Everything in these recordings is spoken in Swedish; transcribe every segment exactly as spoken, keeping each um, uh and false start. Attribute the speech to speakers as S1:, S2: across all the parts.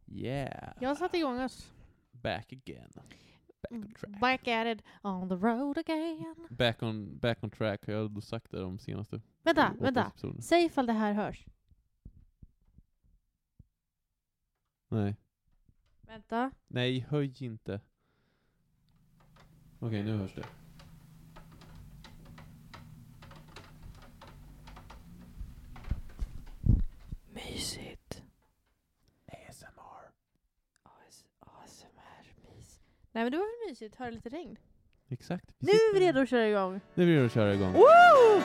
S1: Yeah.
S2: Jag satte igång oss.
S1: Back again. Back on track.
S2: Back at it on the road again.
S1: Back on, back on track har jag sagt det de senaste.
S2: Vänta,
S1: åtta
S2: vänta.
S1: episoderna.
S2: Säg ifall det här hörs.
S1: Nej.
S2: Vänta.
S1: Nej, höj inte. Okej, okay, nu hörs det.
S2: Mysigt.
S1: A S M R.
S2: A S M R-mys. Nej men det var väl mysigt. Hör lite regn.
S1: Exakt.
S2: Nu är vi redo att köra igång.
S1: Nu är vi redo att köra igång.
S2: Woo!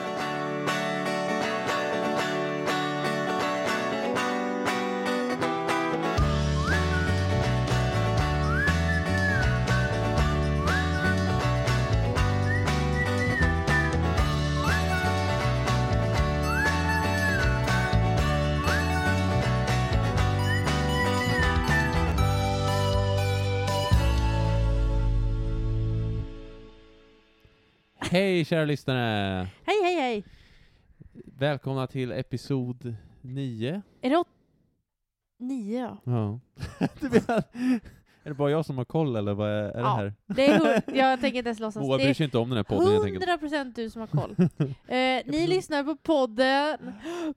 S1: Hej kära lyssnare!
S2: Hej, hej, hej!
S1: Välkomna till episod nio.
S2: Är det åt... Nio, ja.
S1: Ja. Är det bara jag som har koll eller vad är, är
S2: Ja,
S1: det här?
S2: Det är hund... Jag tänker inte ens låtsas.
S1: Moa
S2: Det
S1: bryr sig inte om den här podden helt enkelt.
S2: hundra procent du som har koll. eh, ni lyssnar på podden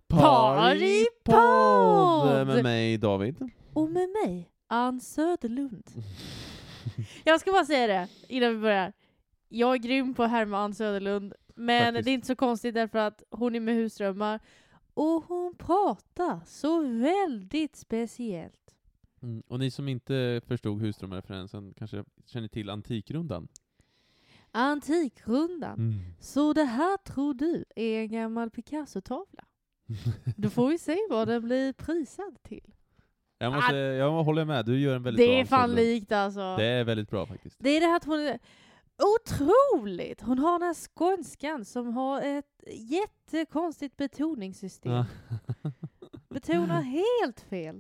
S1: Partypodd med mig David.
S2: Och med mig, Ann Söderlund. Jag ska bara säga det innan vi börjar. Jag är grym på att härma Ann Söderlund. Men
S1: Faktiskt.
S2: det är inte så konstigt därför att hon är med husdrömmar. Och hon pratar så väldigt speciellt.
S1: Mm. Och ni som inte förstod husdrömreferensen kanske känner till Antikrundan.
S2: Antikrundan.
S1: Mm.
S2: Så det här tror du är en gammal Picasso-tavla? Då får vi se vad den blir prisad till.
S1: Jag, måste, jag håller med, du gör en väldigt
S2: Det
S1: bra
S2: är fan
S1: Anselm.
S2: likt alltså.
S1: Det är väldigt bra faktiskt.
S2: Det är det här att hon är otroligt. Hon har den här skånskan som har ett jättekonstigt betoningssystem.
S1: Ja.
S2: Betonar helt fel.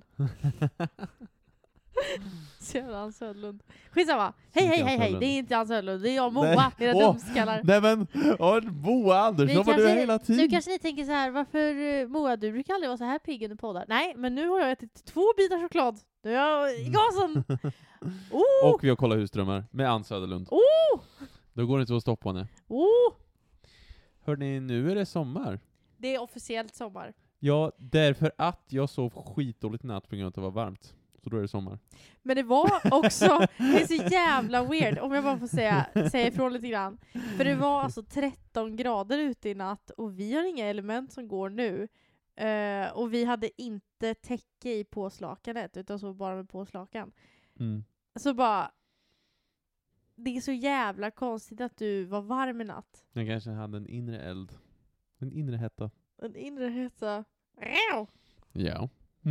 S2: Så jävla Ann Söderlund. Skitsamma. Hej, hej, hej, hej. Det är inte Ann Söderlund. Det är jag, Moa. Era
S1: Åh,
S2: dumskallar.
S1: Nej men, åh, Moa Andersson var du hela tiden.
S2: Nu kanske ni tänker så här, varför uh, Moa, du brukar aldrig vara så här pigg under poddar. Nej, men nu har jag ätit två bitar choklad. Nu är jag i gasen. Oh!
S1: Och vi har kollat husdrömmar med Ann Söderlund.
S2: Oh!
S1: Då går det inte att stoppa henne.
S2: Oh!
S1: Hörrni, nu är det sommar.
S2: Det är officiellt sommar.
S1: Ja, därför att jag sov skitdåligt i natt på grund av att det var varmt. Så då är det sommar.
S2: Men det var också, det är så jävla weird, om jag bara får säga, säga ifrån lite grann. För det var alltså tretton grader ute i natt och vi har inga element som går nu. Uh, och vi hade inte täcke i påslakanet utan så bara med påslakan.
S1: Mm.
S2: Så bara, det är så jävla konstigt att du var varm i natt.
S1: Jag kanske hade en inre eld. En inre hetta.
S2: En inre hetta.
S1: Ja.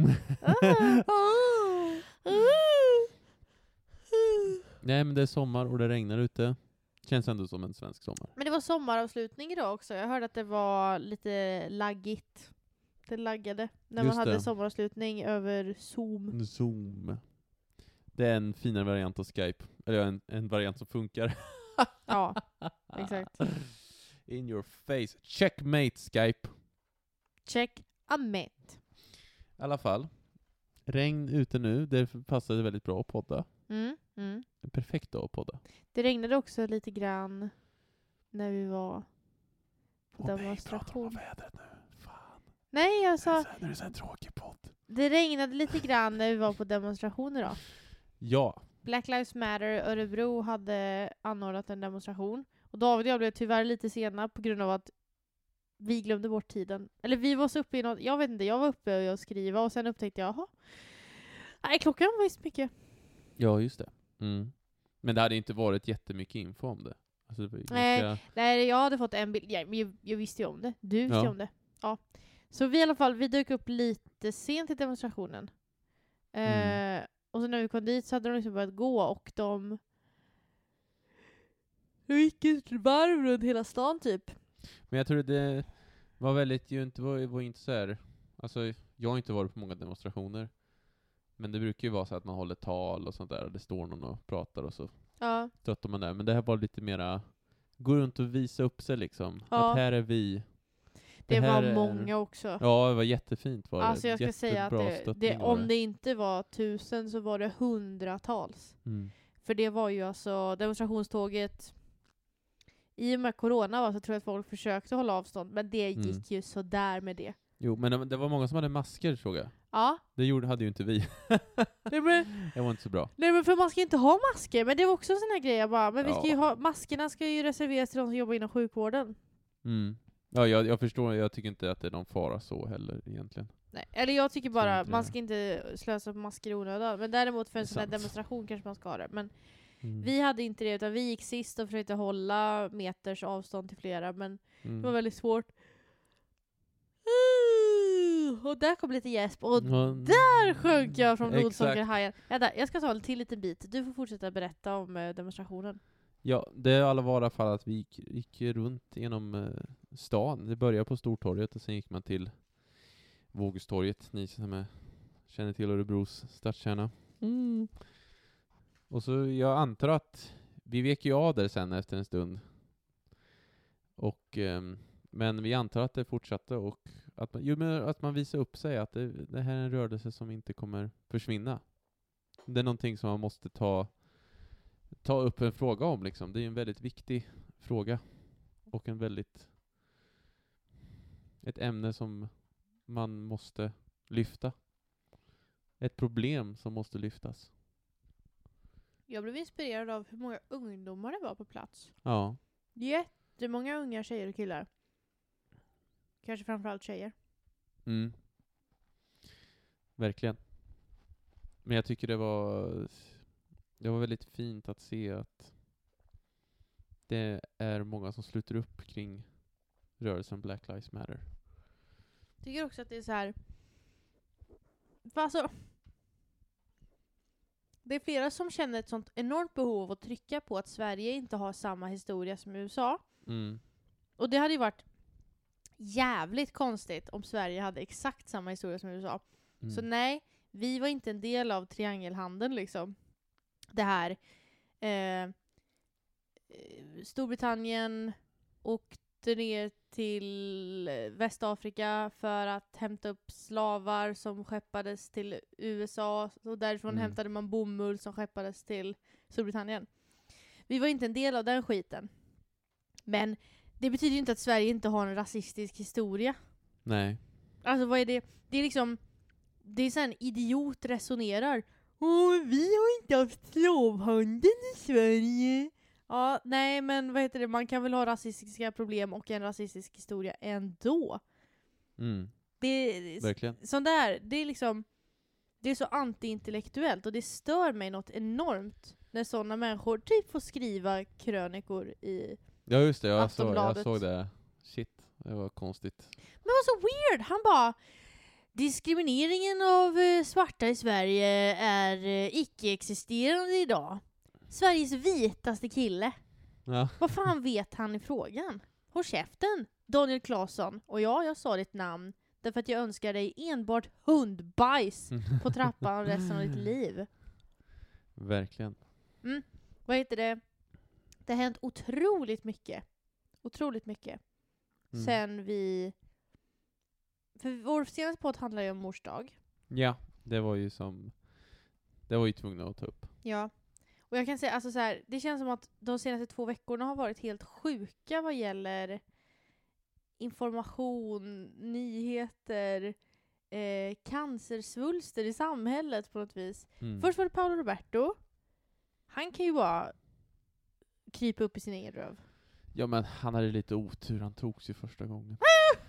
S1: Nej men det är sommar och det regnar ute. Känns ändå som en svensk sommar.
S2: Men det var sommaravslutning idag också. Jag hörde att det var lite laggigt. Det laggade när
S1: Just
S2: man hade
S1: det.
S2: sommaravslutning över Zoom.
S1: Zoom. Det är en finare variant av Skype. Eller en, en variant som funkar.
S2: Ja, exakt.
S1: In your face. Checkmate Skype.
S2: Check a met.
S1: I alla fall. Regn ute nu. Det passade väldigt bra att podda.
S2: Mm, mm.
S1: En perfekt dag att podda.
S2: Det regnade också lite grann när vi var på
S1: Åh nej,
S2: demonstration.
S1: prata om vädret nu. Fan.
S2: Nej, jag sa
S1: Nu är det så en tråkig podd.
S2: det regnade lite grann när vi var på demonstrationer då.
S1: Ja.
S2: Black Lives Matter Örebro hade anordnat en demonstration. Och David och jag blev tyvärr lite sena på grund av att vi glömde bort tiden. Eller vi var så uppe i något, jag vet inte, jag var uppe och skriva och sen upptäckte jag, jaha. Nej, klockan var visst mycket.
S1: Ja, just det. Mm. Men det hade inte varit jättemycket info om det. Alltså, det var ganska...
S2: Nej, nej, jag hade fått en bild. Ja, men jag, jag visste ju om det. Du visste ju
S1: Ja.
S2: om det. Ja. Så vi i alla fall, vi dök upp lite sent till demonstrationen.
S1: Mm.
S2: Eh, och så när vi kom dit så hade de liksom börjat gå och de de gick ett varv runt hela stan typ.
S1: Men jag tror det var väldigt ju inte var, var inte så här. Alltså jag har inte varit på många demonstrationer. Men det brukar ju vara så att man håller tal och sånt där och det står någon och pratar och så
S2: Ja.
S1: stöttar man där. Men det här var lite mera gå runt och visa upp sig liksom.
S2: Ja.
S1: Att här är vi.
S2: Det,
S1: här
S2: var
S1: är-
S2: många också.
S1: Ja, det var jättefint var det.
S2: Alltså jag ska säga att
S1: Jättebra
S2: det,
S1: stöttning
S2: det,
S1: var
S2: om det inte var tusen så var det hundratals.
S1: Mm.
S2: För det var ju alltså demonstrationståget. I och med corona var så tror jag att folk försökte hålla avstånd. Men det
S1: Mm.
S2: gick ju så där med det.
S1: Jo, men det- det var många som hade masker, tror jag.
S2: Ja.
S1: Det gjorde, hade ju inte vi.
S2: Nej men,
S1: Det var inte så bra.
S2: nej men för man ska inte ha masker. Men det var också en sån här grej. Jag bara, men vi ska ju
S1: Ja.
S2: ha, maskerna ska ju reserveras till de som jobbar inom sjukvården.
S1: Mm. Ja, jag, jag förstår, jag tycker inte att det är någon fara så heller egentligen.
S2: Nej. Eller jag tycker bara,
S1: inte
S2: man
S1: det.
S2: ska inte slösa på masker i onödan. Men däremot för
S1: Det är
S2: en sån här
S1: sant.
S2: demonstration kanske man ska ha det. Men
S1: Mm.
S2: vi hade inte det, utan vi gick sist och försökte hålla meters avstånd till flera. Men
S1: Mm.
S2: det var väldigt svårt. Och där kom lite gäsp. Och
S1: Ja,
S2: där sjönk jag från
S1: exakt.
S2: blodsockerhajen. Vänta, jag ska ta en till liten bit. Du får fortsätta berätta om eh, demonstrationen.
S1: Ja, det är alla var i alla fall att vi gick, gick runt genom eh, stan. Det började på Stortorget och sen gick man till Vågustorget, ni som är, känner till Örebros stadskärna. Mm. Och så jag antar att vi vek ju av där sen efter en stund. Och, ehm, men vi antar att det fortsatte och att man, jo, men att man visar upp sig att det, det här är en rörelse som inte kommer försvinna. Det är någonting som man måste ta ta upp en fråga om liksom. Det är en väldigt viktig fråga och en väldigt ett ämne som man måste lyfta. Ett problem som måste lyftas.
S2: Jag blev inspirerad av hur många ungdomar det var på plats.
S1: Ja.
S2: Jättemånga unga tjejer och killar. Kanske framförallt tjejer.
S1: Mm. Verkligen. Men jag tycker det var det var väldigt fint att se att det är många som sluter upp kring rörelsen Black Lives Matter.
S2: Jag tycker också att det är så här. För alltså, det är flera som känner ett sånt enormt behov av att trycka på att Sverige inte har samma historia som U S A.
S1: Mm.
S2: Och det hade ju varit jävligt konstigt om Sverige hade exakt samma historia som U S A.
S1: Mm.
S2: Så nej, vi var inte en del av triangelhandeln liksom. Det här eh, Storbritannien åkte ner till Västafrika för att hämta upp slavar som skeppades till U S A, och därifrån
S1: Mm.
S2: hämtade man bomull som skeppades till Storbritannien. Vi var inte en del av den skiten. Men det betyder ju inte att Sverige inte har en rasistisk historia.
S1: Nej.
S2: Alltså vad är det? Det är liksom, det är så en idiot resonerar. Åh, vi har inte haft slavhandel i Sverige. Ja, nej men vad heter det? Man kan väl ha rasistiska problem och en rasistisk historia ändå.
S1: Mm.
S2: Det är
S1: Verkligen.
S2: sån där, det är liksom, det är så antiintellektuellt och det stör mig något enormt när sådana människor typ får skriva krönikor i.
S1: Ja just det, jag såg, jag
S2: Aftonbladet.
S1: såg det. Shit, det var konstigt.
S2: Men det var så weird. Han bara, diskrimineringen av eh, svarta i Sverige är eh, icke-existerande idag. Sveriges vitaste kille.
S1: Ja.
S2: Vad fan vet han i frågan? Håll käften, Daniel Claesson. Och ja, jag sa ditt namn därför att jag önskar dig enbart hundbajs på trappan resten av ditt liv.
S1: Verkligen.
S2: Mm. Vad heter det? Det har hänt otroligt mycket. Otroligt mycket.
S1: Mm.
S2: Sen vi... För vår senaste podd handlar ju om mors dag.
S1: Ja, det var ju som det var ju tvungna att ta upp.
S2: Ja. Och jag kan säga, alltså så här, det känns som att de senaste två veckorna har varit helt sjuka vad gäller information, nyheter, eh, cancersvulster i samhället på något vis.
S1: Mm.
S2: Först var det Paolo Roberto. Han kan ju bara krypa upp i sin egen röv.
S1: Ja men han hade lite otur, han togs ju första gången.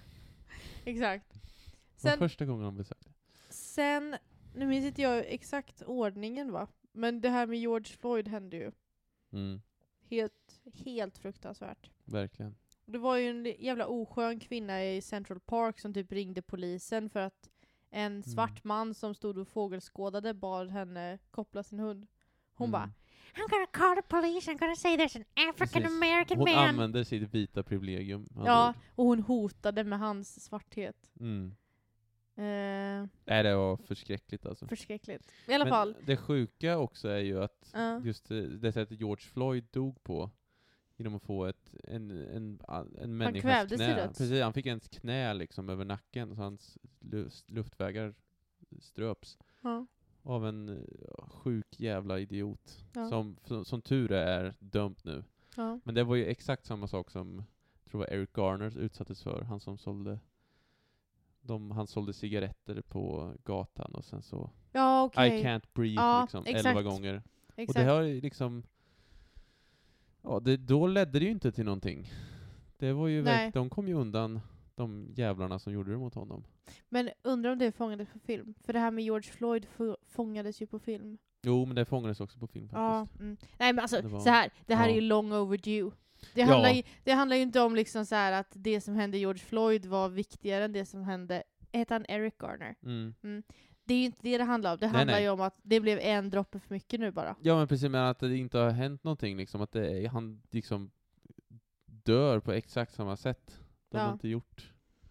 S2: Exakt.
S1: Det var
S2: Sen,
S1: första gången han besökte.
S2: sen, nu minns inte jag exakt ordningen va. Men det här med George Floyd hände ju.
S1: Mm.
S2: Helt, helt fruktansvärt.
S1: Verkligen.
S2: Det var ju en jävla oskön kvinna i Central Park som typ ringde polisen för att en svart man som stod och fågelskådade bad henne koppla sin hund. Hon
S1: Mm.
S2: bara, I'm gonna call the police, I'm gonna say there's an African American
S1: Hon
S2: man.
S1: använder sitt vita privilegium. med
S2: Ja,
S1: andra ord.
S2: och hon hotade med hans svarthet.
S1: Mm.
S2: Eh,
S1: Nej, det var förskräckligt alltså.
S2: förskräckligt. I alla
S1: Men
S2: fall.
S1: det sjuka också är ju att
S2: Ja.
S1: just det, det sättet George Floyd dog på, genom att få ett, en, en, en människas
S2: kvävdes till
S1: knä.
S2: döds.
S1: Precis, han fick en knä liksom över nacken så hans lu- luftvägar ströps
S2: Ja.
S1: av en uh, sjuk jävla idiot.
S2: Ja.
S1: Som, som, som tur är, är dömt nu.
S2: Ja.
S1: Men det var ju exakt samma sak som jag tror jag Eric Garner utsattes för. Han som sålde de, han sålde cigaretter på gatan och sen så
S2: Ja, okej.
S1: I can't breathe
S2: Ja,
S1: liksom
S2: exakt.
S1: elva gånger.
S2: Exakt.
S1: Och det har ju liksom ja, det, då ledde det ju inte till någonting. Det var ju
S2: Nej.
S1: verk, de kom ju undan de jävlarna som gjorde det mot honom.
S2: Men undrar om det fångades på film? För det här med George Floyd f- fångades ju på film.
S1: Jo, men det fångades också på film
S2: Ja.
S1: faktiskt.
S2: Mm. Nej men alltså,
S1: Det var-
S2: så här, det här
S1: ja.
S2: är ju long overdue. Det
S1: Ja.
S2: handlar, ju, det handlar ju inte om liksom så här att det som hände George Floyd var viktigare än det som hände, heter han Eric Garner?
S1: Mm.
S2: Det är ju inte det det handlar om. Det
S1: Nej,
S2: handlar
S1: nej.
S2: ju om att det blev en droppe för mycket nu bara.
S1: Ja, men precis, men att det inte har hänt någonting liksom, att det är, han liksom dör på exakt samma sätt. De
S2: Ja.
S1: har inte gjort.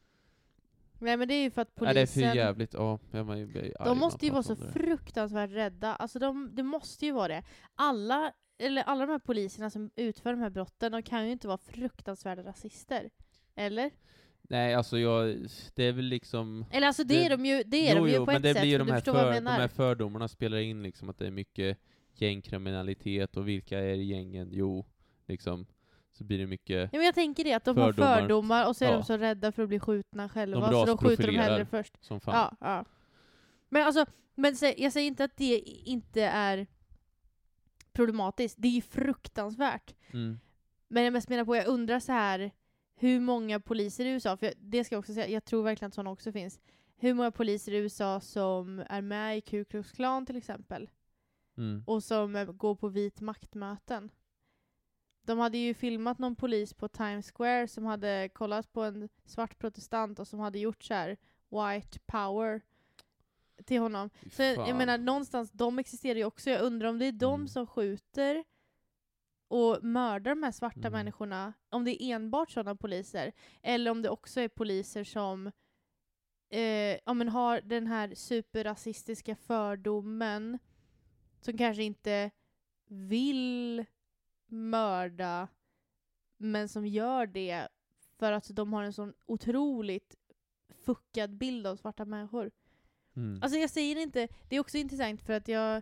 S2: Nej men det är ju för att
S1: Nej, det är
S2: polisen...
S1: för jävligt. Ja, jag man ju blir arg när
S2: De
S1: man
S2: måste ju vara
S1: pratar
S2: så
S1: om det.
S2: fruktansvärt rädda. Alltså de, det måste ju vara det. Alla, eller alla de här poliserna som utför de här brotten, de kan ju inte vara fruktansvärda rasister. Eller?
S1: Nej, alltså jag, det är väl liksom...
S2: Eller alltså det,
S1: Det-
S2: är de ju, det är
S1: jo,
S2: de ju
S1: jo,
S2: på
S1: men
S2: ett
S1: det
S2: sätt,
S1: blir ju
S2: men
S1: de
S2: du
S1: här,
S2: förstår vad jag
S1: för, de
S2: menar.
S1: här fördomarna spelar in liksom, att det är mycket gängkriminalitet och vilka är i gängen? Jo, liksom, så blir det mycket...
S2: Ja, men jag tänker det, att de
S1: Fördomar.
S2: har fördomar och så är
S1: Ja.
S2: de så rädda för att bli skjutna själva,
S1: De
S2: så de skjuter dem
S1: rasprofilerar.
S2: hellre först.
S1: Som fan.
S2: Ja, ja. Men alltså, men sä- jag säger inte att det inte är problematiskt. Det är ju fruktansvärt.
S1: Mm.
S2: Men jag mest menar på, jag undrar så här hur många poliser i U S A, för jag, det ska jag också säga, jag tror verkligen att sådana också finns. Hur många poliser i U S A som är med i Ku Klux Klan till exempel?
S1: Mm.
S2: Och som eh, går på vit maktmöten. De hade ju filmat någon polis på Times Square som hade kollat på en svart protestant och som hade gjort så här white power till honom.
S1: Fy
S2: Så jag,
S1: fan.
S2: jag menar, någonstans, de existerar ju också. Jag undrar om det är de
S1: Mm.
S2: som skjuter och mördar de här svarta
S1: Mm.
S2: människorna. Om det är enbart sådana poliser. Eller om det också är poliser som eh, ja, men har den här superrasistiska fördomen som kanske inte vill mörda men som gör det för att de har en sån otroligt fuckad bild av svarta människor.
S1: Mm.
S2: Alltså jag säger inte, det är också intressant för att jag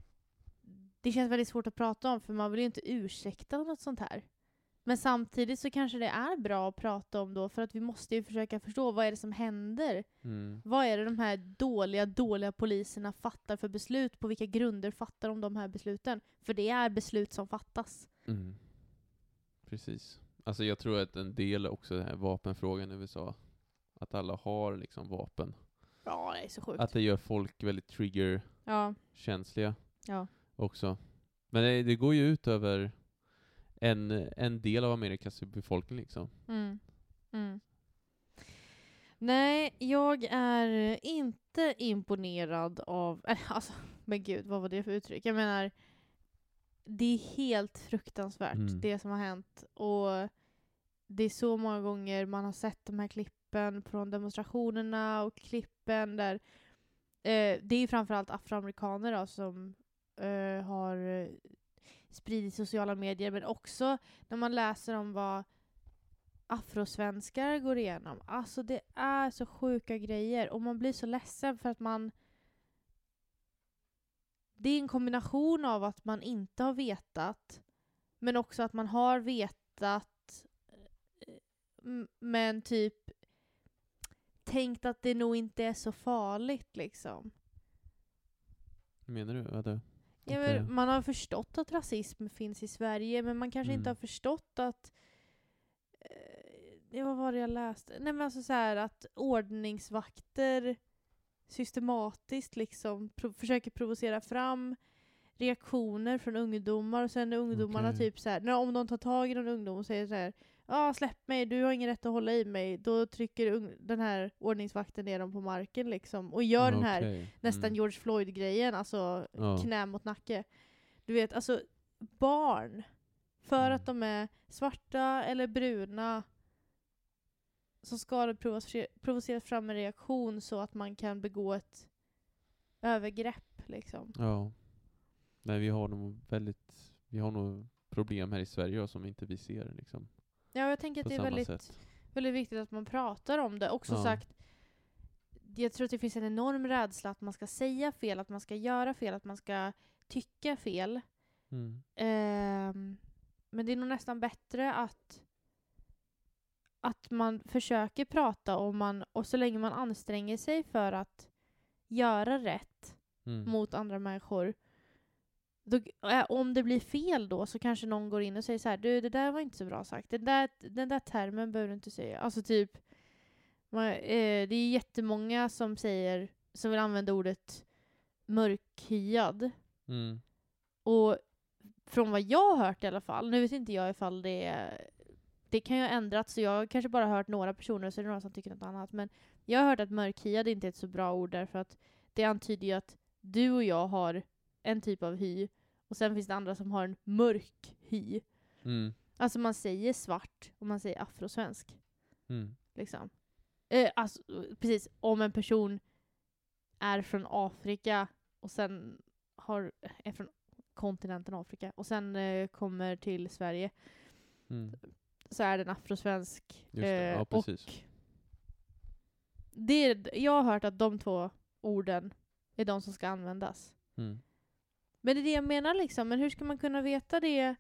S2: det känns väldigt svårt att prata om för man vill ju inte ursäkta något sånt här. Men samtidigt så kanske det är bra att prata om då för att vi måste ju försöka förstå vad är det som händer.
S1: Mm.
S2: Vad är det de här dåliga, dåliga poliserna fattar för beslut? På vilka grunder fattar de de här besluten? För det är beslut som fattas.
S1: Mm. Precis. Alltså jag tror att en del också den här vapenfrågan i U S A. Att alla har liksom vapen.
S2: Ja, det är så sjukt.
S1: Att det gör folk väldigt trigger-känsliga
S2: Ja, ja.
S1: också. Men det, det går ju ut över en, en del av Amerikas befolkning liksom.
S2: Mm. Mm. Nej, jag är inte imponerad av... Äh, alltså, men gud, vad var det för uttryck? Jag menar, det är helt fruktansvärt
S1: Mm.
S2: det som har hänt. Och det är så många gånger man har sett de här klippen från demonstrationerna och klippen där... Eh, det är ju framförallt afroamerikaner då, som eh, har eh, spridit i sociala medier, men också när man läser om vad afrosvenskar går igenom. Alltså det är så sjuka grejer och man blir så ledsen för att man det är en kombination av att man inte har vetat men också att man har vetat m- men typ tänkt att det nog inte är så farligt liksom.
S1: Hur menar du? Vad det?
S2: Ja,
S1: Att det-
S2: men man har förstått att rasism finns i Sverige men man kanske
S1: Mm.
S2: inte har förstått att ja, vad var det jag läste? Nej men alltså så här att ordningsvakter systematiskt liksom pro- försöker provocera fram reaktioner från ungdomar och sen är ungdomarna
S1: Okej.
S2: typ så här, när om de tar tag i någon ungdom och säger så här, ja ah, släpp mig, du har ingen rätt att hålla i mig, då trycker ung- den här ordningsvakten ner dem på marken liksom och gör den här
S1: Okej.
S2: nästan
S1: Mm.
S2: George Floyd-grejen, alltså
S1: Ja.
S2: knä mot nacke. Du vet, alltså barn, för
S1: Mm.
S2: att de är svarta eller bruna så ska det provocer- provoceras fram en reaktion så att man kan begå ett övergrepp liksom.
S1: Ja. Nej, vi har nog väldigt, vi har nog problem här i Sverige och som inte vi ser liksom.
S2: Ja, jag tänker att
S1: På
S2: det är
S1: samma
S2: väldigt,
S1: sätt.
S2: väldigt viktigt att man pratar om det. Också
S1: Ja.
S2: sagt, jag tror att det finns en enorm rädsla att man ska säga fel, att man ska göra fel, att man ska tycka fel.
S1: Mm.
S2: Ehm, men det är nog nästan bättre att att man försöker prata och, man, och så länge man anstränger sig för att göra rätt
S1: Mm.
S2: mot andra människor. Då, äh, om det blir fel då så kanske någon går in och säger så här: du, det där var inte så bra sagt. Den där, den där termen behöver du inte säga. Alltså typ, man, eh, det är jättemånga som säger, som vill använda ordet mörkhyad.
S1: Mm.
S2: Och från vad jag har hört i alla fall, nu vet inte jag ifall det det kan ju ha ändrats, så jag har kanske bara hört några personer, så är det några som tycker något annat. Men jag har hört att mörkhyad inte är ett så bra ord, därför att det antyder ju att du och jag har en typ av hy, och sen finns det andra som har en mörk hy.
S1: Mm.
S2: Alltså man säger svart och man säger afrosvensk.
S1: Mm.
S2: Liksom. Eh, alltså, precis, om en person är från Afrika och sen har, är från kontinenten Afrika och sen eh, kommer till Sverige,
S1: Mm.
S2: så är den afrosvensk.
S1: Just det, ja,
S2: eh,
S1: precis.
S2: och det är, jag har hört att de två orden är de som ska användas.
S1: Mm.
S2: Men det är det jag menar liksom. Men hur ska man kunna veta det?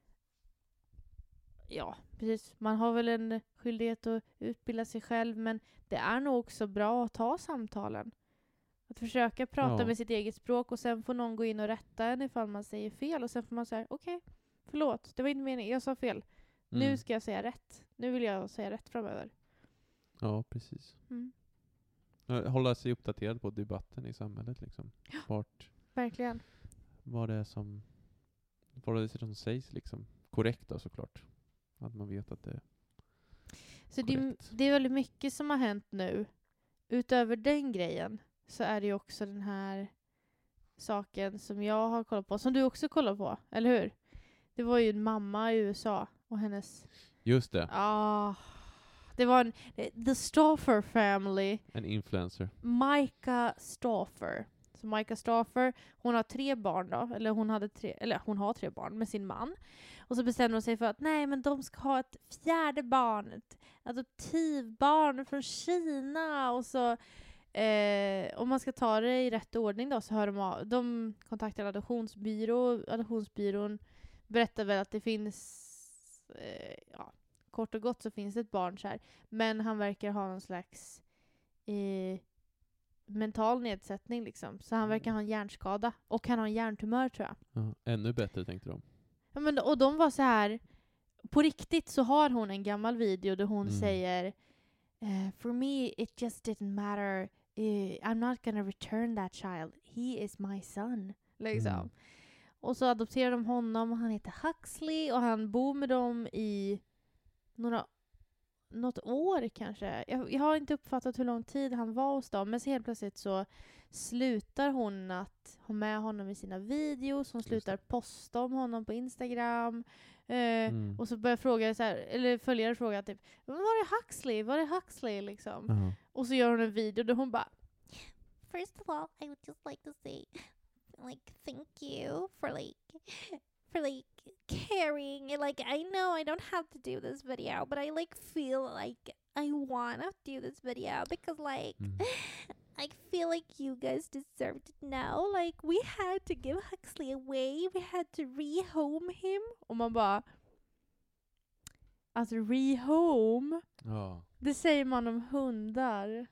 S2: Ja, precis. Man har väl en skyldighet att utbilda sig själv, men det är nog också bra att ta samtalen. Att försöka prata
S1: Ja.
S2: med sitt eget språk, och sen får någon gå in och rätta en ifall man säger fel, och sen får man säga okej, okay, förlåt, det var inte meningen, jag sa fel.
S1: Mm.
S2: Nu ska jag säga rätt. Nu vill jag säga rätt framöver.
S1: Ja, precis.
S2: Mm.
S1: Hålla sig uppdaterad på debatten i samhället liksom.
S2: Ja.
S1: Vart,
S2: Verkligen.
S1: vad det är som vad det är som sägs liksom. Korrekt då, såklart. Att man vet att det är
S2: Så det,
S1: korrekt.
S2: det är väldigt mycket som har hänt nu. Utöver den grejen så är det ju också den här saken som jag har kollat på, som du också kollar på, eller hur? Det var ju en mamma i U S A och hennes...
S1: Just det.
S2: Ah, det var en... The Stauffer family.
S1: En influencer.
S2: Micah Stauffer. Så Micah Stauffer, hon har tre barn då, eller hon hade tre, eller hon har tre barn med sin man. Och så bestämde hon sig för att nej, men de ska ha ett fjärde barn, ett adoptivbarn från Kina. Och så eh, om man ska ta det i rätt ordning då, så hör de av, de kontaktar en adoptionsbyrå. Adoptionsbyrån berättar väl att det finns eh, ja, kort och gott så finns det ett barn så här, men han verkar ha någon slags eh, mental nedsättning liksom. Så han verkar ha en hjärnskada. Och han har en hjärntumör, tror jag.
S1: Ja, ännu bättre tänkte de.
S2: Ja, men, och de var så här. På riktigt så har hon en gammal video där hon
S1: Mm.
S2: säger eh, For me it just didn't matter. Uh, I'm not gonna return that child. He is my son. Liksom.
S1: Mm.
S2: Och så adopterar de honom. Och han heter Huxley. Och han bor med dem i några något år kanske. Jag, jag har inte uppfattat hur lång tid han var hos dem. Men så helt plötsligt så slutar hon att ha med honom i sina videos. Hon slutar posta om honom på Instagram. Eh,
S1: Mm.
S2: Och så börjar fråga så här, eller följare fråga typ, var är Huxley? Var är Huxley liksom?
S1: Jaha.
S2: Och så gör hon en video där hon bara,
S3: First of all, I would just like to say, like, thank you for like, for like caring. And like, I know I don't have to do this video, but I like feel like I want to do this video because like,
S1: Mm.
S3: I feel like you guys deserve to know. Like, we had to give Huxley away. We had to rehome him.
S2: och man bara, alltså rehome,
S1: Ja.
S2: det säger man om hundar.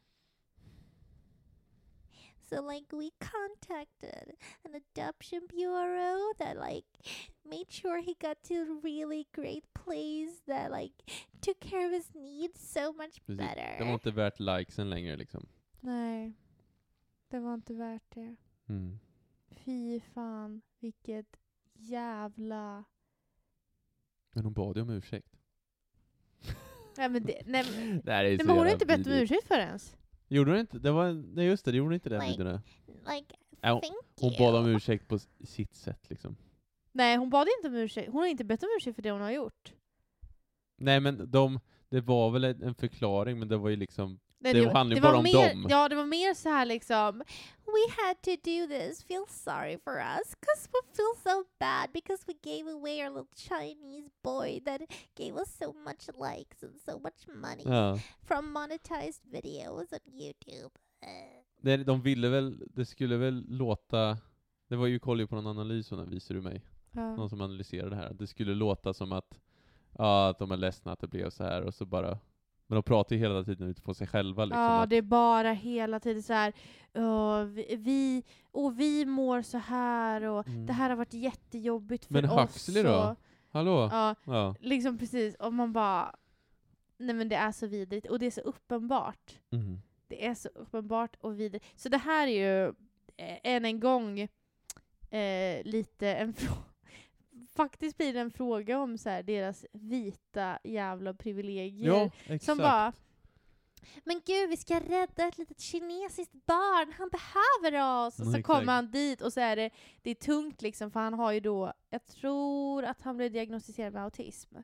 S3: So like we contacted an adoption bureau that like made sure he got to a really great place that like took care of his needs so much
S1: Precis.
S3: better.
S1: Det var inte värt likesen längre liksom.
S2: Nej, det var inte värt det.
S1: Mm.
S2: Fy fan, vilket jävla...
S1: Men hon bad ju om ursäkt.
S2: Nej men, det, nej, men,
S1: Det här är
S2: nej,
S1: så
S2: men hon har
S1: jävla
S2: inte bett om
S1: vidrigt.
S2: ursäkt för ens.
S1: Gjorde hon inte? Det var, nej just det, det gjorde hon inte den
S3: Nej.
S1: videon.
S3: Like,
S1: Ja, hon-
S3: thank
S1: Hon
S3: you.
S1: bad om ursäkt på s- sitt sätt liksom.
S2: Nej, hon bad inte om ursäkt. Hon har inte bett om ursäkt för det hon har gjort.
S1: Nej men de, det var väl en en förklaring, men det var ju liksom
S2: Nej,
S1: Det handlar ju bara
S2: var
S1: om
S2: mer,
S1: dem.
S2: Ja, det var mer så här liksom.
S3: We had to do this. Feel sorry for us. Because we feel so bad. Because we gave away our little Chinese boy that gave us so much likes and so much money
S1: Ja.
S3: from monetized videos on YouTube. Uh,
S1: Det, de ville väl, det skulle väl låta, det var ju koll på någon analys som visade du mig.
S2: Ja.
S1: Någon som analyserade det här. Det skulle låta som att, ja, att de är ledsna att det blev så här och så bara, men de pratar ju hela tiden ut på sig själva liksom.
S2: Ja,
S1: att,
S2: det är bara hela tiden så här. "Åh, vi, vi, och vi mår så här och
S1: Mm.
S2: det här har varit jättejobbigt för
S1: Men
S2: oss.
S1: Huxley då?
S2: Och,
S1: Hallå?
S2: ja,
S1: Ja.
S2: liksom precis. Och man bara, nej men det är så vidrigt. Och det är så uppenbart.
S1: Mm.
S2: Det är så uppenbart och vidrigt. Så det här är ju eh, än en gång eh, lite en fråga. Faktiskt blir det en fråga om så här, deras vita jävla privilegier.
S1: Ja, exakt.
S2: som bara,
S3: Men gud, vi ska rädda ett litet kinesiskt barn. Han behöver oss.
S2: och så
S1: Mm,
S2: kommer
S1: exakt.
S2: han dit och så är det, det är tungt liksom, för han har ju då, jag tror att han blev diagnostiserad med autism.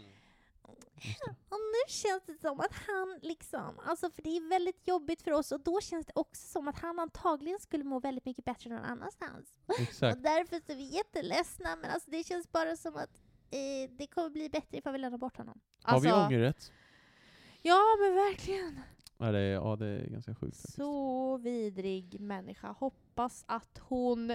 S1: Just det.
S3: Och nu känns det som att han liksom, alltså för det är väldigt jobbigt för oss och då känns det också som att han antagligen skulle må väldigt mycket bättre någon annanstans.
S1: Exakt.
S3: Och därför så är vi jätteledsna, men alltså det känns bara som att eh, det kommer bli bättre ifall vi lämnar bort honom.
S1: Har vi
S2: Alltså,
S1: ångerrätt?
S2: ja men verkligen.
S1: Ja, det är, ja, det är ganska sjukt faktiskt.
S2: Så vidrig människa. Hoppas att hon...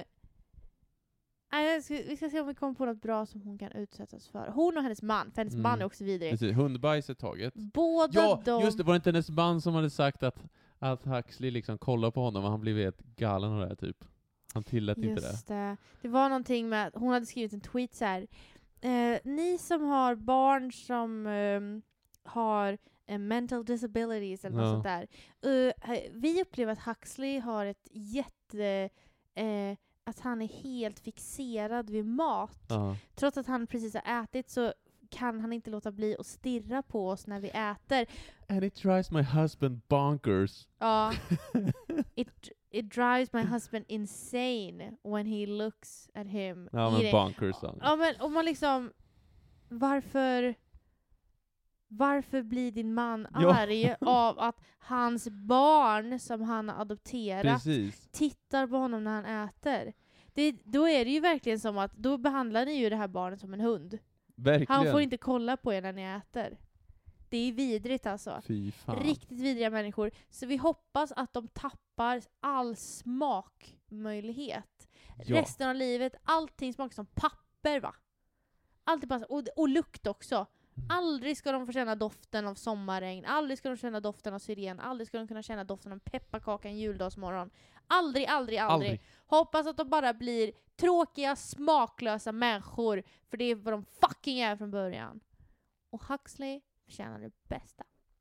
S2: Nej, jag ska, vi ska se om vi kommer på något bra som hon kan utsättas för. Hon och hennes man, för hennes
S1: Mm.
S2: man är också vidrig.
S1: Precis, hundbajs är taget.
S2: Båda
S1: Ja,
S2: de...
S1: just det, var det inte hennes man som hade sagt att, att Huxley liksom kollar på honom och han blev helt galen av det här typ. Han tillät inte det.
S2: Just det. Det var någonting med att hon hade skrivit en tweet så här. Eh, ni som har barn som ehm, har eh, mental disabilities eller
S1: Ja.
S2: något sånt där. Eh, vi upplever att Huxley har ett jätte... Eh, att han är helt fixerad vid mat.
S1: Ja.
S2: Trots att han precis har ätit så kan han inte låta bli att stirra på oss när vi äter.
S1: And it drives my husband bonkers.
S2: Ja. It, it drives my husband insane when he looks at him
S1: Ja, men
S2: eating.
S1: bonkers sa han.
S2: Ja, men om man liksom... Varför... Varför blir din man
S1: Ja.
S2: arg av att hans barn som han har adopterat
S1: Precis.
S2: tittar på honom när han äter? Det, då är det ju verkligen som att då behandlar ni ju det här barnet som en hund.
S1: Verkligen.
S2: Han får inte kolla på er när ni äter. Det är vidrigt alltså.
S1: Fy fan.
S2: Riktigt vidriga människor. Så vi hoppas att de tappar all smakmöjlighet.
S1: Ja.
S2: Resten av livet, allting smakar som papper va? Alltid bara, och, och lukt också. Aldrig ska de få känna doften av sommarregn. Aldrig ska de känna doften av syren. Aldrig ska de kunna känna doften av pepparkaka en juldagsmorgon. Aldrig, aldrig, aldrig.
S1: Aldrig.
S2: Hoppas att de bara blir tråkiga, smaklösa människor. För det är vad de fucking är från början. Och Huxley förtjänar det bästa.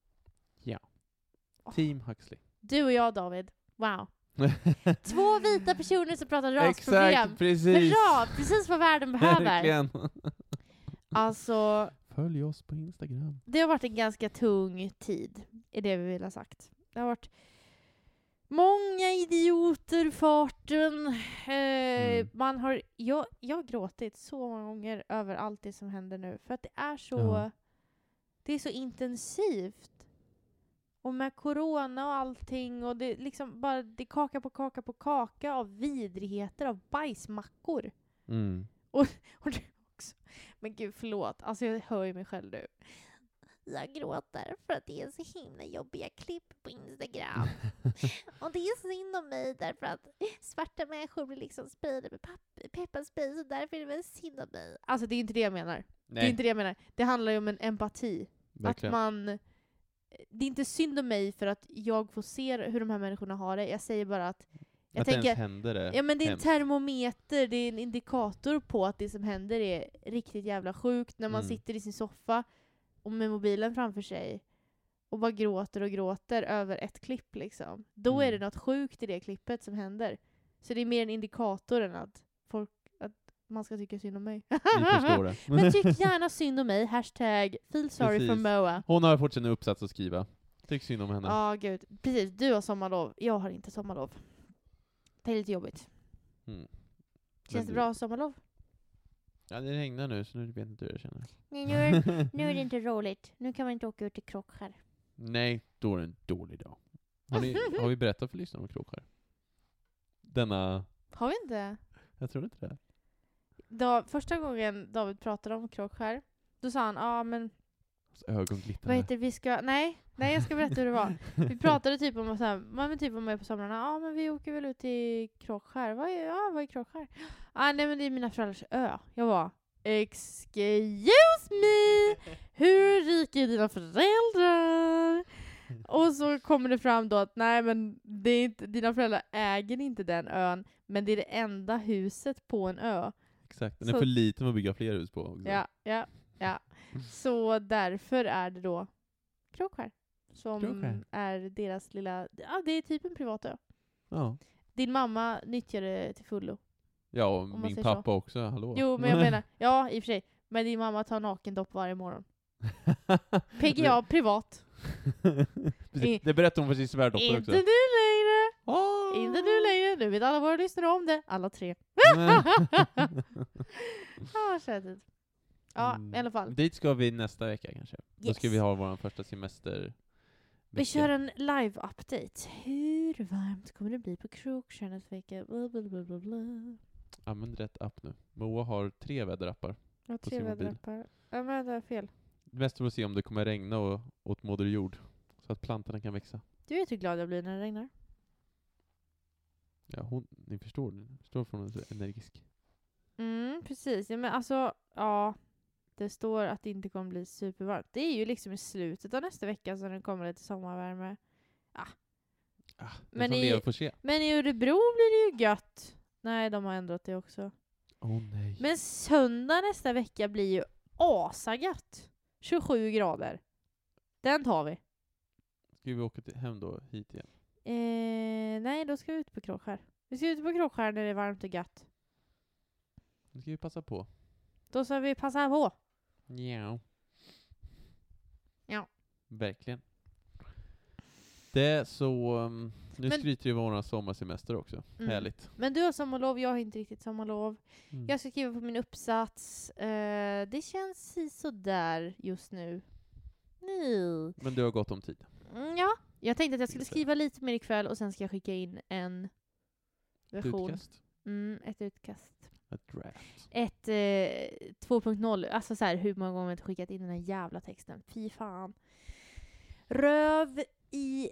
S1: Team Huxley.
S2: Du och jag, David. Wow. Två vita personer som pratar rasproblem.
S1: Exakt, precis.
S2: Hurra! Precis vad världen behöver.
S1: Verkligen.
S2: Alltså,
S1: Följ oss på Instagram.
S2: det har varit en ganska tung tid, är det vi vill ha sagt. Det har varit många idioter i farten. Eh,
S1: Mm.
S2: man har, jag, jag har gråtit så många gånger över allt det som händer nu. För att det är så,
S1: Ja.
S2: det är så intensivt. Och med corona och allting, och det liksom bara, det kaka på kaka på kaka av vidrigheter, av bajsmackor.
S1: Mm.
S2: Och det också. Men gud, förlåt. Alltså jag hör ju mig själv nu.
S3: Jag gråter för att det är så himla jobbiga klipp på Instagram. Och det är synd om mig därför att svarta människor blir liksom sprayade med papp- pepparspray, så därför är det väl synd om mig.
S2: Alltså det är inte det jag menar. Det är
S1: Nej,
S2: inte det jag menar. Det handlar ju om en empati.
S1: verkligen.
S2: Att man... Det är inte synd om mig för att jag får se hur de här människorna har det. Jag säger bara att... Jag
S1: att det
S2: tänker,
S1: ens händer det.
S2: ja, men det är en
S1: hemskt.
S2: termometer, det är en indikator på att det som händer är riktigt jävla sjukt. När man
S1: Mm.
S2: sitter i sin soffa och med mobilen framför sig och bara gråter och gråter över ett klipp liksom. Då
S1: Mm.
S2: är det något sjukt i det klippet som händer. Så det är mer en indikator än att folk, att man ska tycka synd om mig.
S1: Vi förstår det.
S2: Men tyck gärna synd om mig. Hashtag feel sorry for
S1: Precis.
S2: Moa.
S1: Hon har fått sin uppsats att skriva. Tyck synd om henne.
S2: Ja, gud. Precis, du har sommarlov. Jag har inte sommarlov. Det är lite jobbigt.
S1: Mm. Men
S2: Känns det
S1: du-
S2: bra att ha sommarlov?
S1: Ja, det regnar nu så nu vet inte hur jag känner.
S3: Nej, nu, är, nu är det inte roligt. Nu kan man inte åka ut till krockar.
S1: Nej, då är det en dålig dag. Har, ni, har vi berättat för lyssnarna om kråkskär? Denna...
S2: Har vi inte?
S1: Jag tror inte det.
S2: Då, första gången David pratade om kråkskär, då sa han, ja ah, men
S1: Ögon glittrar.
S2: vad heter vi ska, nej, nej jag ska berätta hur det var. Vi pratade typ om så här, men typ om jag på somrarna, ja ah, men vi åker väl ut till Kråkskär. Vad är, ja, vad är Kråkskär? Ah, nej men det är mina föräldrars ö. Jag var, excuse me! Hur rika är dina föräldrar? Och så kommer det fram då att nej men det är inte, dina föräldrar äger inte den ön, men det är det enda huset på en ö.
S1: Exakt, den är
S2: Så-
S1: för liten att bygga fler hus på också.
S2: Ja, ja, ja. Så därför är det då Kråkskär som
S1: Kråkskär.
S2: är deras lilla, ja det är typ en privat ö.
S1: Ja,
S2: Din mamma nyttjar det till fullo.
S1: ja och
S2: Om man
S1: min
S2: säger
S1: pappa också, hallå.
S2: Jo men jag menar, ja i och för sig, men din mamma tar nakendopp varje morgon. P G A privat.
S1: Precis, det berättar hon för sin svärdotter
S2: Inte
S1: också.
S2: du längre!
S1: Oh!
S2: Inte du längre! Nu vet alla våra lyssnare om det. Alla tre. Ja, sättet. Ja,
S1: Mm.
S2: i alla fall.
S1: Dit ska vi nästa vecka kanske. Då ska
S2: Yes.
S1: vi ha vår första semester.
S2: Vi kör en live-update. Hur varmt kommer det bli på Kråkskär nästa vecka? Bla, bla, bla, bla, bla.
S1: Använd rätt app nu. Moa har tre väderappar.
S2: Jag har
S1: På
S2: tre
S1: sin mobil.
S2: väderappar. Ja, men det är fel.
S1: Mest för att se om det kommer regna och, åt moder jord. Så att plantorna kan växa.
S2: Du vet hur glad jag blir när det regnar.
S1: Ja, hon, ni förstår. Ni förstår för hon är så energisk.
S2: Mm, precis. Ja, men alltså, ja. Det står att det inte kommer bli supervarmt. Det är ju liksom i slutet av nästa vecka så det kommer lite sommarvärme.
S1: Ah,
S2: Men
S1: men som
S2: i-
S1: lever får se.
S2: Men i Örebro blir det ju gött. Nej, de har ändrat det också.
S1: Åh oh, nej.
S2: Men söndag nästa vecka blir ju asagött. tjugosju grader. Den tar vi.
S1: Ska vi åka till, hem då, hit igen?
S2: Eh, nej, då ska vi ut på Kråkskär. Vi ska ut på Kråkskär när det är varmt och gött.
S1: Nu ska vi passa på.
S2: Då ska vi passa på.
S1: Ja.
S2: Ja.
S1: Verkligen. Det är så... Um, nu
S2: Men-
S1: skryter vi om våra sommarsemester också.
S2: Mm.
S1: Härligt.
S2: Men du har sommarlov, jag har inte riktigt sommarlov.
S1: Mm.
S2: Jag ska skriva på min uppsats. Eh, det känns sådär just nu. Nej.
S1: Men du har gått om tid.
S2: Mm, ja, jag tänkte att jag skulle
S1: Just det.
S2: skriva lite mer ikväll och sen ska jag skicka in en version.
S1: Utkast.
S2: Mm, ett utkast.
S1: Ett draft.
S2: Ett eh, två punkt noll. Alltså så här, hur många gånger har jag inte skickat in den här jävla texten? Fy fan. Röv i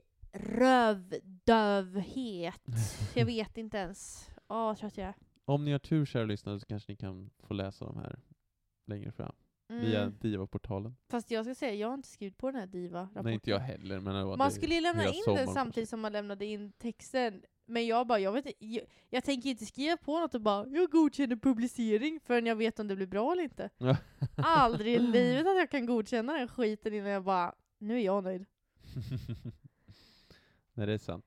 S2: rövdövhet. Jag vet inte ens. Ja, jag tror att jag är.
S1: Om ni har tur, kära lyssnare, så kanske ni kan få läsa de här längre fram. Via
S2: Mm.
S1: Diva-portalen.
S2: Fast jag ska säga, jag har inte skrivit på den här Diva-rapporten.
S1: Nej, inte jag heller. Men det var
S2: Man
S1: det-
S2: skulle ju lämna
S1: hela
S2: in
S1: sommaren
S2: den
S1: på
S2: samtidigt
S1: sig.
S2: som man lämnade in texten. Men jag bara, jag vet inte, jag, jag tänker inte skriva på något och bara, jag godkänner publicering förrän jag vet om det blir bra eller inte.
S1: Ja.
S2: Aldrig i livet att jag kan godkänna den skiten innan jag bara, nu är jag nöjd.
S1: Nej, det är sant.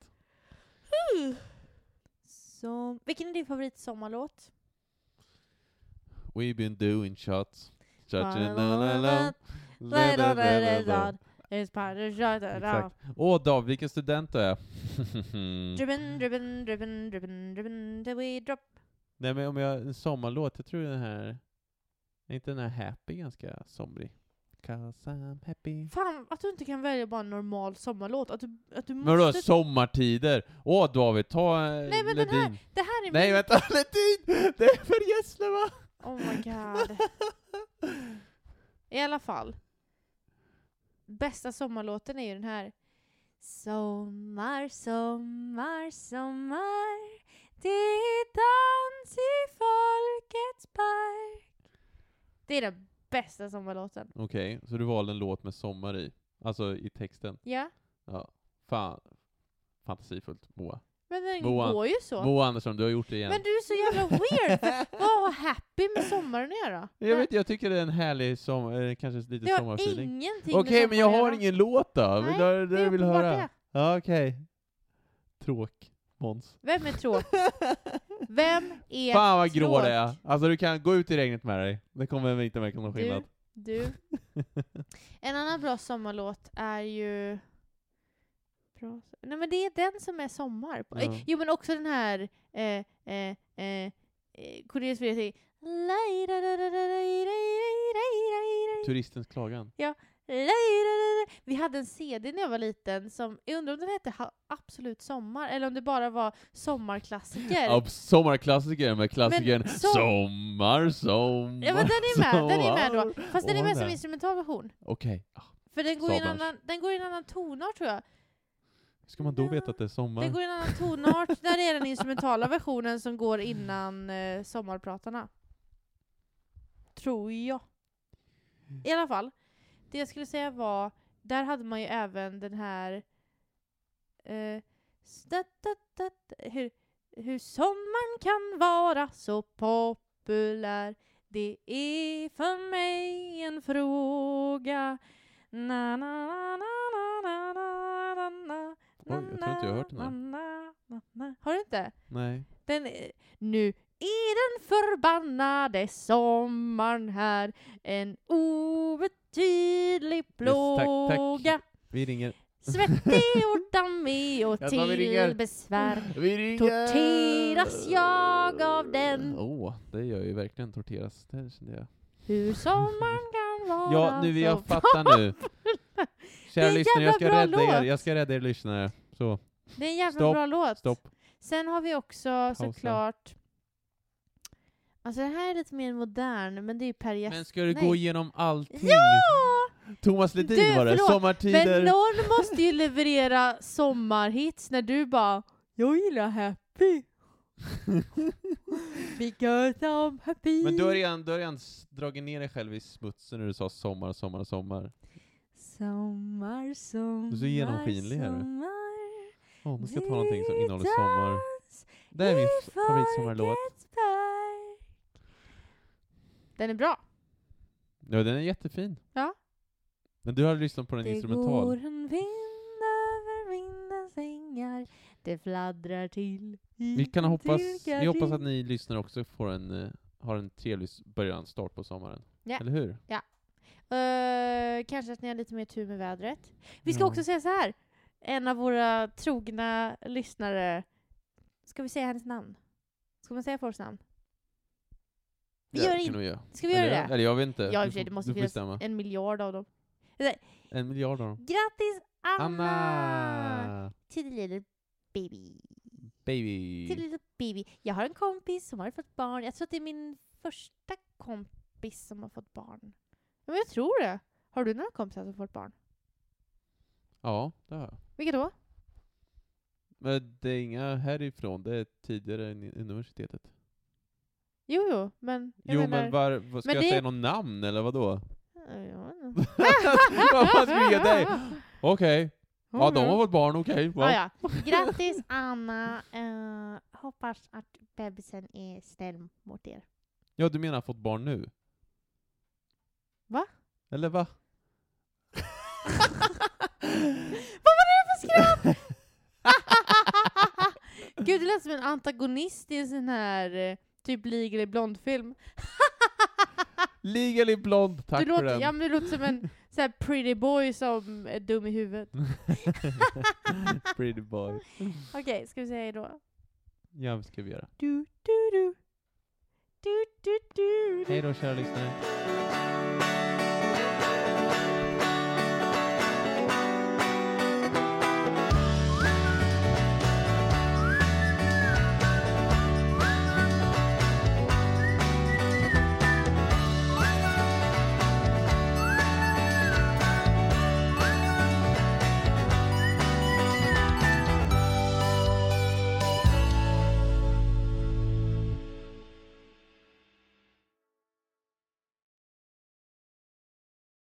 S2: Så, vilken är din favorit sommarlåt?
S1: We've been doing shots. Shots
S2: La,
S1: and
S2: la,
S1: la, la,
S2: la,
S1: la. La, la, la, la, la.
S2: It's part of shut it down.
S1: Exakt. Åh, David, vilken student du är.
S2: Driven, driven, driven, driven, driven till we drop.
S1: Nej, men om jag en sommarlåt, jag tror den här... Är inte den här Happy ganska somrig? 'Cause I'm happy.
S2: Fan, att du inte kan välja bara en normal sommarlåt. Att du, att du
S1: Men då
S2: måste...
S1: sommartider. Åh, David, ta eh,
S2: Nej, men den här-
S1: Ledin.
S2: Det här är
S1: Nej,
S2: min...
S1: vänta, Ledin! Det är för Gessle, va?
S2: Oh my god. I alla fall. Bästa sommarlåten är ju den här. Sommar, sommar, sommar. Det är dans i folkets park. Det är den bästa sommarlåten.
S1: Okej, så du valde en låt med sommar i. Alltså i texten.
S2: Ja,
S1: Ja. Fan. Fantasifullt, Moa.
S2: men den
S1: Moa.
S2: går ju så.
S1: Moa Andersson, du har gjort det igen.
S2: Men du är så jävla weird. Vad har happy med sommaren att göra?
S1: Jag vet, jag tycker det är en härlig som, eh, kanske lite
S2: Det har
S1: sommarfeeling.
S2: ingenting
S1: Okej,
S2: med
S1: men jag
S2: sommar att
S1: har
S2: göra.
S1: ingen låt då.
S2: Nej,
S1: Vill du,
S2: det
S1: du
S2: är
S1: vill
S2: uppenbart
S1: höra?
S2: det.
S1: Ja, okej. Tråk. Måns.
S2: Vem är tråkig? Vem är
S1: Fan vad grå
S2: tråk?
S1: det är. Alltså du kan gå ut i regnet med dig. Det kommer inte märka någon skillnad.
S2: Du, en annan bra sommarlåt är ju... Bra... Nej men det är den som är sommar.
S1: Ja.
S2: Eh, Jo men också den här... Eh, eh, eh, eh, Cornelius Vreeswijk.
S1: Turistens klagan.
S2: Vi hade en C D när jag var liten som, jag undrar om den hette ha- Absolut Sommar, eller om det bara var sommarklassiker.
S1: Ja, sommarklassiker med klassikern
S2: Men som-
S1: Sommar, sommar,
S2: Ja, men den är med, den är med då.
S1: sommar.
S2: Fast den är
S1: Åh,
S2: med
S1: den
S2: som
S1: är.
S2: instrumental version.
S1: Okej. Ah,
S2: För den går, i en
S1: Sablans.
S2: annan, den går i en annan tonart tror jag.
S1: ska man då veta att det är sommar?
S2: Den går i en annan tonart. Där är den instrumentala versionen som går innan eh, sommarpratarna. Tror jag. I alla fall. Det jag skulle säga var, där hade man ju även den här eh, stat, stat, stat, hur, hur sommaren kan vara så populär. Det är för mig en fråga. Na, na, na, na, na, na, na, na.
S1: Oj, jag tror inte jag har hört den här.
S2: Na, na, na. Har du inte?
S1: Nej.
S2: Den, är- nu är den förbannade sommaren här, en obetydlig
S1: Yes, tack, tack.
S2: plåga.
S1: Vi ringer.
S2: Svettig och dammig och
S1: Jag tror vi ringer.
S2: till besvär.
S1: Vi ringer!
S2: Torteras jag av den.
S1: Åh, det gör ju verkligen torteras. Det kände jag.
S2: Hur sommaren kan vara
S1: Ja, nu vill jag
S2: så
S1: fatta nu.
S2: Det är
S1: Kära
S2: en
S1: lyssnare, jag ska
S2: jävla bra
S1: rädda er.
S2: låt.
S1: Jag ska rädda er lyssnare. Så,
S2: Det är en jävla
S1: Stopp,
S2: bra låt.
S1: stopp.
S2: Sen har vi också
S1: Pausa.
S2: såklart, alltså det här är lite mer modern, men det är ju Per Gessle.
S1: Men ska du
S2: Nej.
S1: gå igenom allting?
S2: Ja!
S1: Thomas Ledin
S2: Du,
S1: var det.
S2: förlåt,
S1: Sommartider.
S2: Men någon måste ju leverera sommarhits när du bara, jag gillar Happy. Because I'm happy.
S1: Men du har redan, du har redan s- dragit ner dig själv i smutsen när du sa sommar, sommar, sommar.
S2: Sommar, sommar,
S1: Du är så genomskinlig här.
S2: sommar.
S1: Åh, nu ska jag ta någonting som innehåller sommar. Det är min f- favoritsommarlåt.
S2: Den är bra.
S1: Ja, den är jättefin.
S2: Ja.
S1: Men du har lyssnat på den
S2: Det
S1: instrumental.
S2: går en vind över vindens ängar. Det fladdrar till.
S1: Vi kan hoppas,
S2: till
S1: vi hoppas att
S2: gardin.
S1: ni lyssnare också får en, eh, har en trevlig s- början, start på sommaren.
S2: Ja.
S1: Eller hur?
S2: Eh, kanske att ni har lite mer tur med vädret. Vi ska
S1: Ja.
S2: också säga så här. En av våra trogna lyssnare. Ska vi säga hennes namn? Ska man säga folks namn? Vi gör
S1: kan
S2: in.
S1: nog göra.
S2: Ska vi göra
S1: eller,
S2: det?
S1: Eller jag vet inte.
S2: Ja, i och
S1: Du
S2: för sig,
S1: får-
S2: det måste
S1: du får
S2: finnas
S1: bestämma.
S2: en miljard av dem.
S1: En miljard av dem.
S2: Grattis Anna!
S1: Anna!
S2: Till the little baby.
S1: Baby.
S2: Till the little baby. Jag har en kompis som har fått barn. Jag tror att det är min första kompis som har fått barn. Ja, men jag tror det. Har du några kompisar som har fått barn?
S1: Ja, det har jag.
S2: Vilka då?
S1: Men det är inga härifrån, det är tidigare än i universitetet.
S2: Jo, jo, men jag
S1: Jo,
S2: menar...
S1: men var, vad, ska
S2: men
S1: jag
S2: det-
S1: säga någon namn eller vadå?
S2: Ja, jag vet inte.
S1: Vad ska vi ge dig? Okej. Ja, de har fått barn, okej.
S2: Ja,
S1: Ja.
S2: ja. Grattis Anna. Eh, hoppas att bebisen är snäll mot er.
S1: Ja, du menar fått barn nu?
S2: Va?
S1: Eller va?
S2: Vad var det för skratt? Gud, det lät som en antagonist i en sån här eh, typ Legally Blonde-film.
S1: Legally blond, tack
S2: Du
S1: för
S2: låter,
S1: den.
S2: ja, men du låter som en så här pretty boy som är dum i huvudet.
S1: Pretty boy.
S2: Okej, ska vi säga då?
S1: Ja, vad ska vi göra?
S2: Du, du, du. Du, du, du.
S1: Hej då, kära lyssnare.